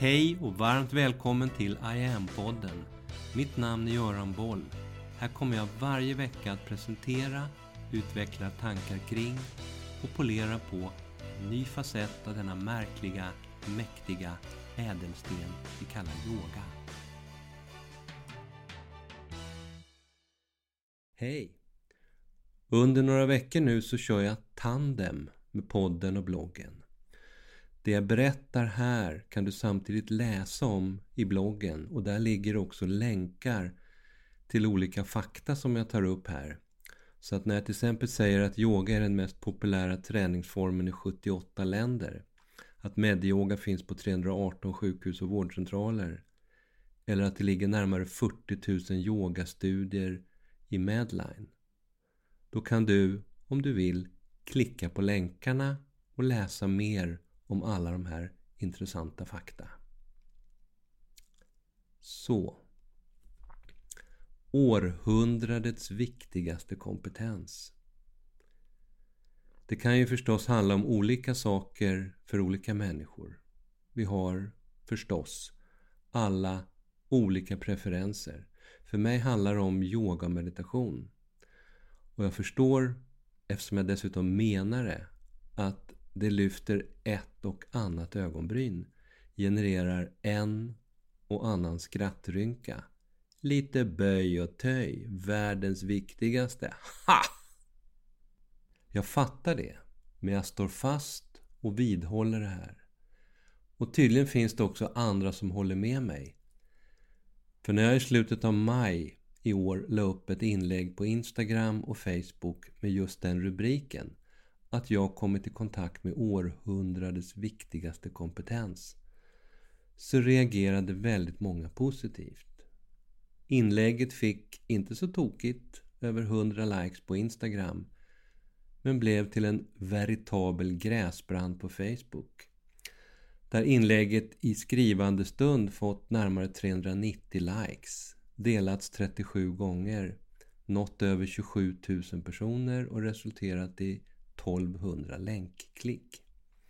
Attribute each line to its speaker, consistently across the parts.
Speaker 1: Hej och varmt välkommen till I Am-podden. Mitt namn är Göran Boll. Här kommer jag varje vecka att presentera, utveckla tankar kring och polera på en ny facett av denna märkliga, mäktiga ädelsten vi kallar yoga. Hej! Under några veckor nu så kör jag tandem med podden och bloggen. Det jag berättar här kan du samtidigt läsa om i bloggen och där ligger också länkar till olika fakta som jag tar upp här. Så att när jag till exempel säger att yoga är den mest populära träningsformen i 78 länder, att medyoga finns på 318 sjukhus och vårdcentraler, eller att det ligger närmare 40 000 yogastudier i Medline, då kan du, om du vill, klicka på länkarna och läsa mer om alla de här intressanta fakta. Så. Århundradets viktigaste kompetens. Det kan ju förstås handla om olika saker för olika människor. Vi har förstås alla olika preferenser. För mig handlar det om yoga och meditation. Och jag förstår, eftersom jag dessutom menar det, att det lyfter ett och annat ögonbryn, genererar en och annan skrattrynka, lite böj och töj, världens viktigaste. Ha! Jag fattar det, men jag står fast och vidhåller det här. Och tydligen finns det också andra som håller med mig. För när jag i slutet av maj i år la upp ett inlägg på Instagram och Facebook med just den rubriken, att jag kommit i kontakt med århundradets viktigaste kompetens, så reagerade väldigt många positivt. Inlägget fick inte så tokigt över 100 likes på Instagram, men blev till en veritabel gräsbrand på Facebook, där inlägget i skrivande stund fått närmare 390 likes, delats 37 gånger, nått över 27 000 personer och resulterat i 1200 länkklick.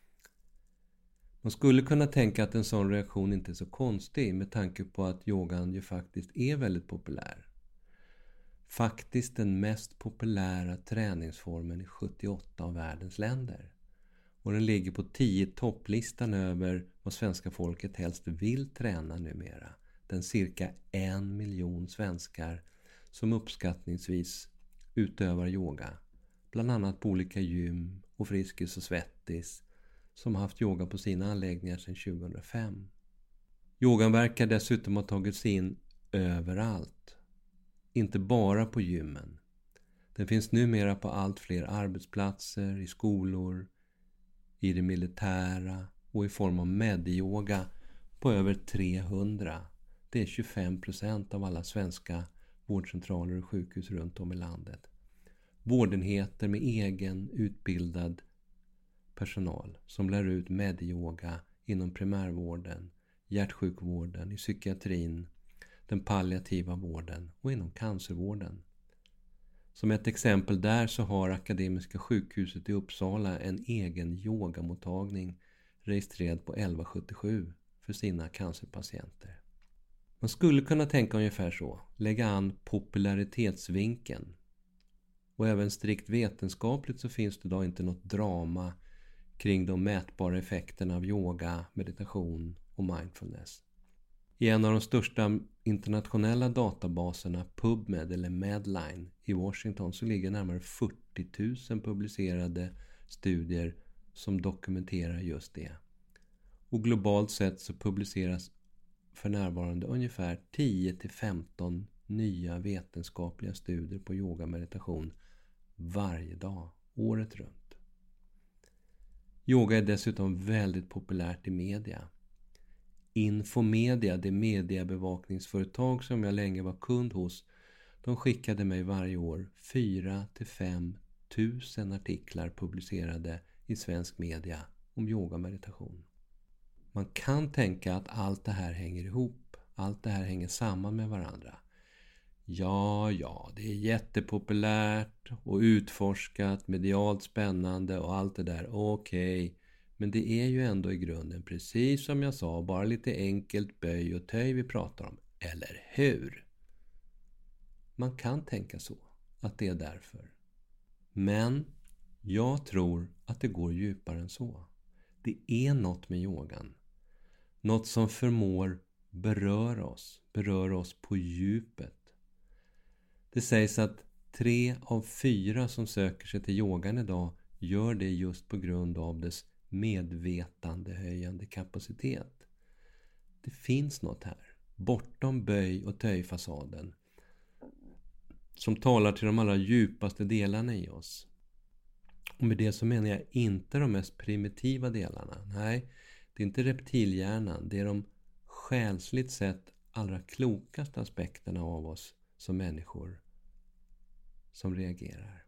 Speaker 1: Man skulle kunna tänka att en sån reaktion inte är så konstig med tanke på att yogan ju faktiskt är väldigt populär. Faktiskt den mest populära träningsformen i 78 av världens länder. Och den ligger på 10 topplistan över vad svenska folket helst vill träna numera. Den cirka 1 miljon svenskar som uppskattningsvis utövar yoga. Bland annat på olika gym och Friskis och Svettis som haft yoga på sina anläggningar sedan 2005. Yogan verkar dessutom ha tagit sig in överallt. Inte bara på gymmen. Den finns numera på allt fler arbetsplatser, i skolor, i det militära och i form av medyoga på över 300. Det är 25% av alla svenska vårdcentraler och sjukhus runt om i landet. Vårdenheter med egen utbildad personal som lär ut medyoga inom primärvården, hjärtsjukvården, i psykiatrin, den palliativa vården och inom cancervården. Som ett exempel där så har Akademiska sjukhuset i Uppsala en egen yogamottagning registrerad på 1177 för sina cancerpatienter. Man skulle kunna tänka ungefär så, lägga an popularitetsvinkeln. Och även strikt vetenskapligt så finns det idag inte något drama kring de mätbara effekterna av yoga, meditation och mindfulness. I en av de största internationella databaserna, PubMed eller Medline i Washington, så ligger närmare 40 000 publicerade studier som dokumenterar just det. Och globalt sett så publiceras för närvarande ungefär 10-15 nya vetenskapliga studier på yoga och meditation varje dag, året runt. Yoga är dessutom väldigt populärt i media. Infomedia, det mediebevakningsföretag som jag länge var kund hos, de skickade mig varje år 4-5 tusen artiklar publicerade i svensk media om yoga och meditation. Man kan tänka att allt det här hänger ihop, allt det här hänger samman med varandra. Ja, det är jättepopulärt och utforskat, medialt spännande och allt det där. Okej. Men det är ju ändå i grunden, precis som jag sa, bara lite enkelt böj och töj vi pratar om. Eller hur? Man kan tänka så, att det är därför. Men jag tror att det går djupare än så. Det är något med yogan. Något som förmår beröra oss på djupet. Det sägs att 3 av 4 som söker sig till yogan idag gör det just på grund av dess medvetandehöjande kapacitet. Det finns något här, bortom böj- och töjfasaden, som talar till de allra djupaste delarna i oss. Och med det så menar jag inte de mest primitiva delarna. Nej, det är inte reptilhjärnan. Det är de själsligt sett allra klokaste aspekterna av oss som människor som reagerar.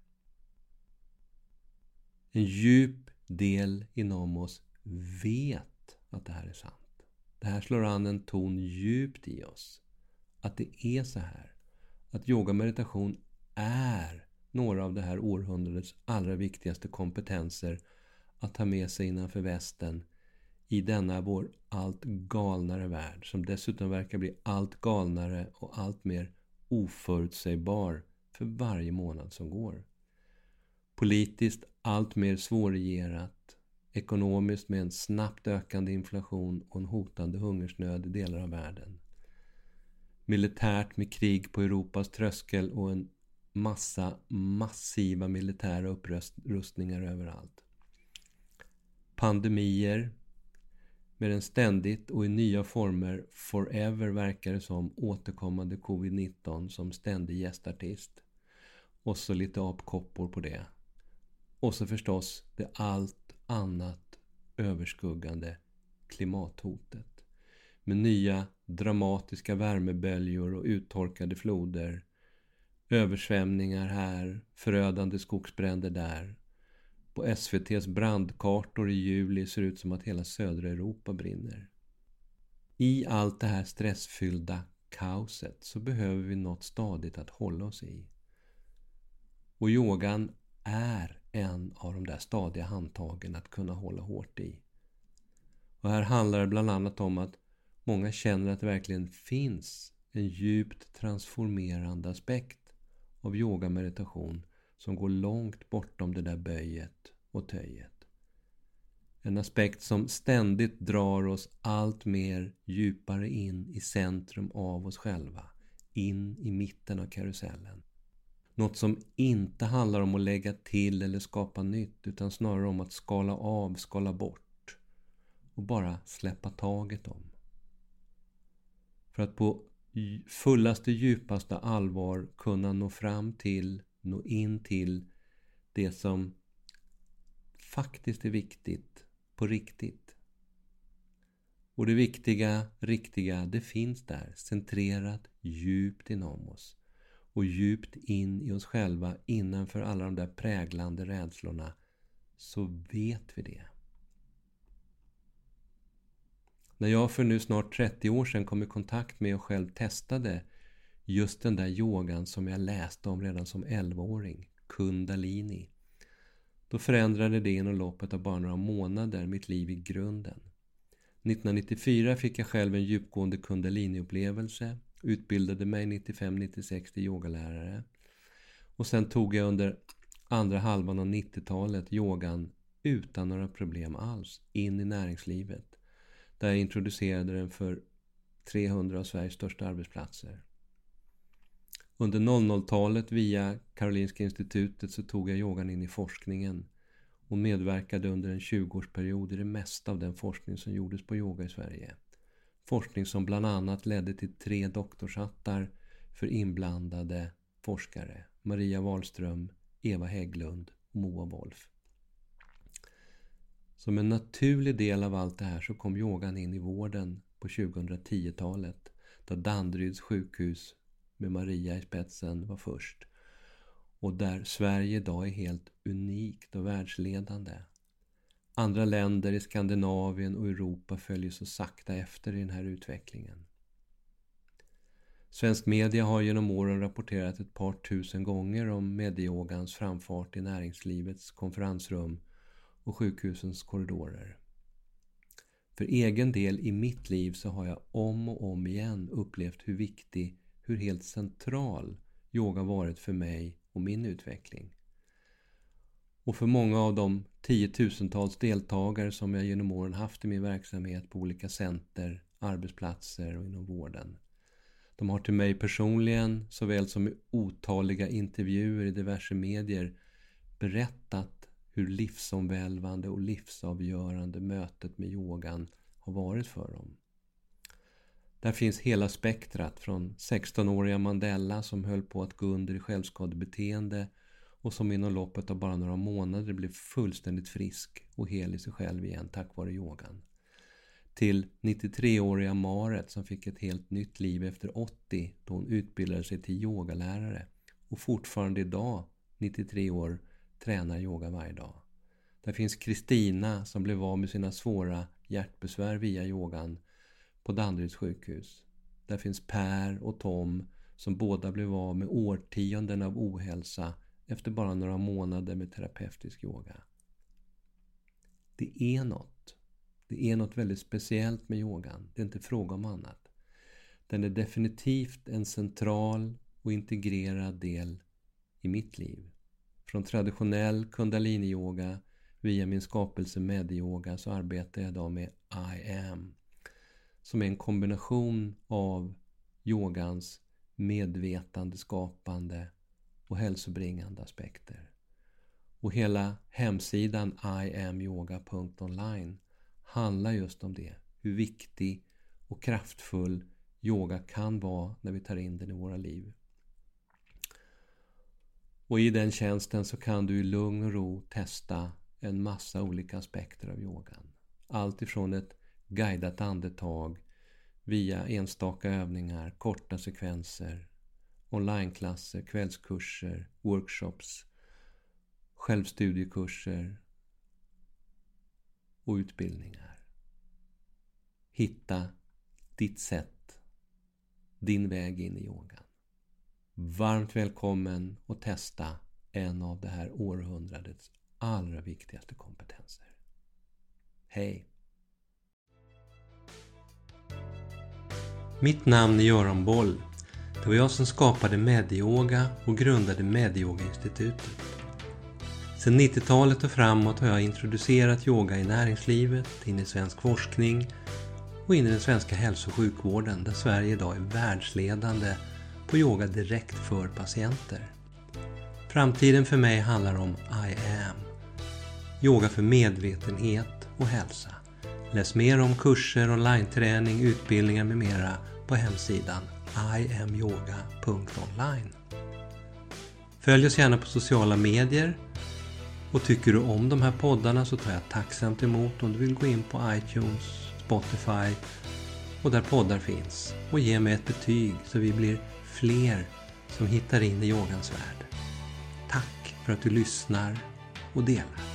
Speaker 1: En djup del inom oss vet att det här är sant. Det här slår an en ton djupt i oss. Att det är så här. Att yoga och meditation är några av det här århundradets allra viktigaste kompetenser att ta med sig innanför västen i denna vår allt galnare värld, som dessutom verkar bli allt galnare och allt mer oförutsägbar för varje månad som går. Politiskt allt mer svårregerat, ekonomiskt med en snabbt ökande inflation och en hotande hungersnöd i delar av världen. Militärt med krig på Europas tröskel och en massiva militära upprustningar överallt. Pandemier med en ständigt och i nya former forever verkar det som återkommande covid-19 som ständig gästartist. Och så lite apkoppor på det. Och så förstås det allt annat överskuggande klimathotet. Med nya dramatiska värmeböljor och uttorkade floder. Översvämningar här, förödande skogsbränder där. På SVT:s brandkartor i juli ser det ut som att hela södra Europa brinner. I allt det här stressfyllda kaoset så behöver vi något stadigt att hålla oss i. Och yogan är en av de där stadiga handtagen att kunna hålla hårt i. Och här handlar det bland annat om att många känner att det verkligen finns en djupt transformerande aspekt av yoga-meditation som går långt bortom det där böjet och töjet. En aspekt som ständigt drar oss allt mer djupare in i centrum av oss själva, in i mitten av karusellen. Något som inte handlar om att lägga till eller skapa nytt, utan snarare om att skala av, skala bort och bara släppa taget om. För att på fullaste, djupaste allvar kunna nå in till det som faktiskt är viktigt på riktigt. Och det viktiga, riktiga, det finns där, centrerat djupt inom oss. Och djupt in i oss själva, innanför alla de där präglande rädslorna, så vet vi det. När jag för nu snart 30 år sedan kom i kontakt med och själv testade just den där yogan som jag läste om redan som 11-åring, Kundalini, då förändrade det inom loppet av bara några månader mitt liv i grunden. 1994 fick jag själv en djupgående Kundalini-upplevelse, utbildade mig 95-96 till yogalärare och sen tog jag under andra halvan av 90-talet yogan utan några problem alls in i näringslivet, där jag introducerade den för 300 av Sveriges största arbetsplatser. Under 00-talet via Karolinska institutet så tog jag yogan in i forskningen och medverkade under en 20-årsperiod i det mesta av den forskning som gjordes på yoga i Sverige. Forskning som bland annat ledde till 3 doktorshattar för inblandade forskare. Maria Wahlström, Eva Hägglund och Moa Wolf. Som en naturlig del av allt det här så kom yogan in i vården på 2010-talet. Där Danderyds sjukhus med Maria i spetsen var först. Och där Sverige idag är helt unikt och världsledande. Andra länder i Skandinavien och Europa följer så sakta efter i den här utvecklingen. Svensk media har genom åren rapporterat ett par tusen gånger om medieyogans framfart i näringslivets konferensrum och sjukhusens korridorer. För egen del i mitt liv så har jag om och om igen upplevt hur viktig, hur helt central yoga varit för mig och min utveckling. Och för många av de 10-tusentals deltagare som jag genom åren haft i min verksamhet på olika center, arbetsplatser och inom vården. De har till mig personligen, såväl som i otaliga intervjuer i diverse medier, berättat hur livsomvälvande och livsavgörande mötet med yogan har varit för dem. Där finns hela spektrat från 16-åriga Mandela som höll på att gå under i självskadebeteende och som inom loppet av bara några månader blev fullständigt frisk och hel i sig själv igen tack vare yogan. Till 93-åriga Maret som fick ett helt nytt liv efter 80 då hon utbildade sig till yogalärare och fortfarande idag, 93 år, tränar yoga varje dag. Där finns Kristina som blev av med sina svåra hjärtbesvär via yogan på Danderyds sjukhus. Där finns Per och Tom som båda blev av med årtionden av ohälsa efter bara några månader med terapeutisk yoga. Det är något väldigt speciellt med yogan. Det är inte fråga om annat. Den är definitivt en central och integrerad del i mitt liv. Från traditionell kundalini-yoga via min skapelse med-yoga så arbetar jag idag med I am. Som är en kombination av yogans medvetande skapande och hälsobringande aspekter. Och hela hemsidan iamyoga.online handlar just om det. Hur viktig och kraftfull yoga kan vara när vi tar in den i våra liv. Och i den tjänsten så kan du i lugn och ro testa en massa olika aspekter av yogan. Allt ifrån ett guidat andetag via enstaka övningar, korta sekvenser, onlineklasser, kvällskurser, workshops, självstudiekurser och utbildningar. Hitta ditt sätt, din väg in i yogan. Varmt välkommen att testa en av det här århundradets allra viktigaste kompetenser. Hej! Mitt namn är Göran Boll. Det var jag som skapade Medyoga och grundade Medyoga-institutet. Sedan 90-talet och framåt har jag introducerat yoga i näringslivet, in i svensk forskning och in i den svenska hälso- och sjukvården där Sverige idag är världsledande på yoga direkt för patienter. Framtiden för mig handlar om I am. Yoga för medvetenhet och hälsa. Läs mer om kurser, online-träning, utbildningar med mera på hemsidan iamyoga.online. Följ oss gärna på sociala medier och tycker du om de här poddarna så tar jag tacksamt emot om du vill gå in på iTunes, Spotify och där poddar finns och ge mig ett betyg så vi blir fler som hittar in i yogans värld. Tack för att du lyssnar och delar.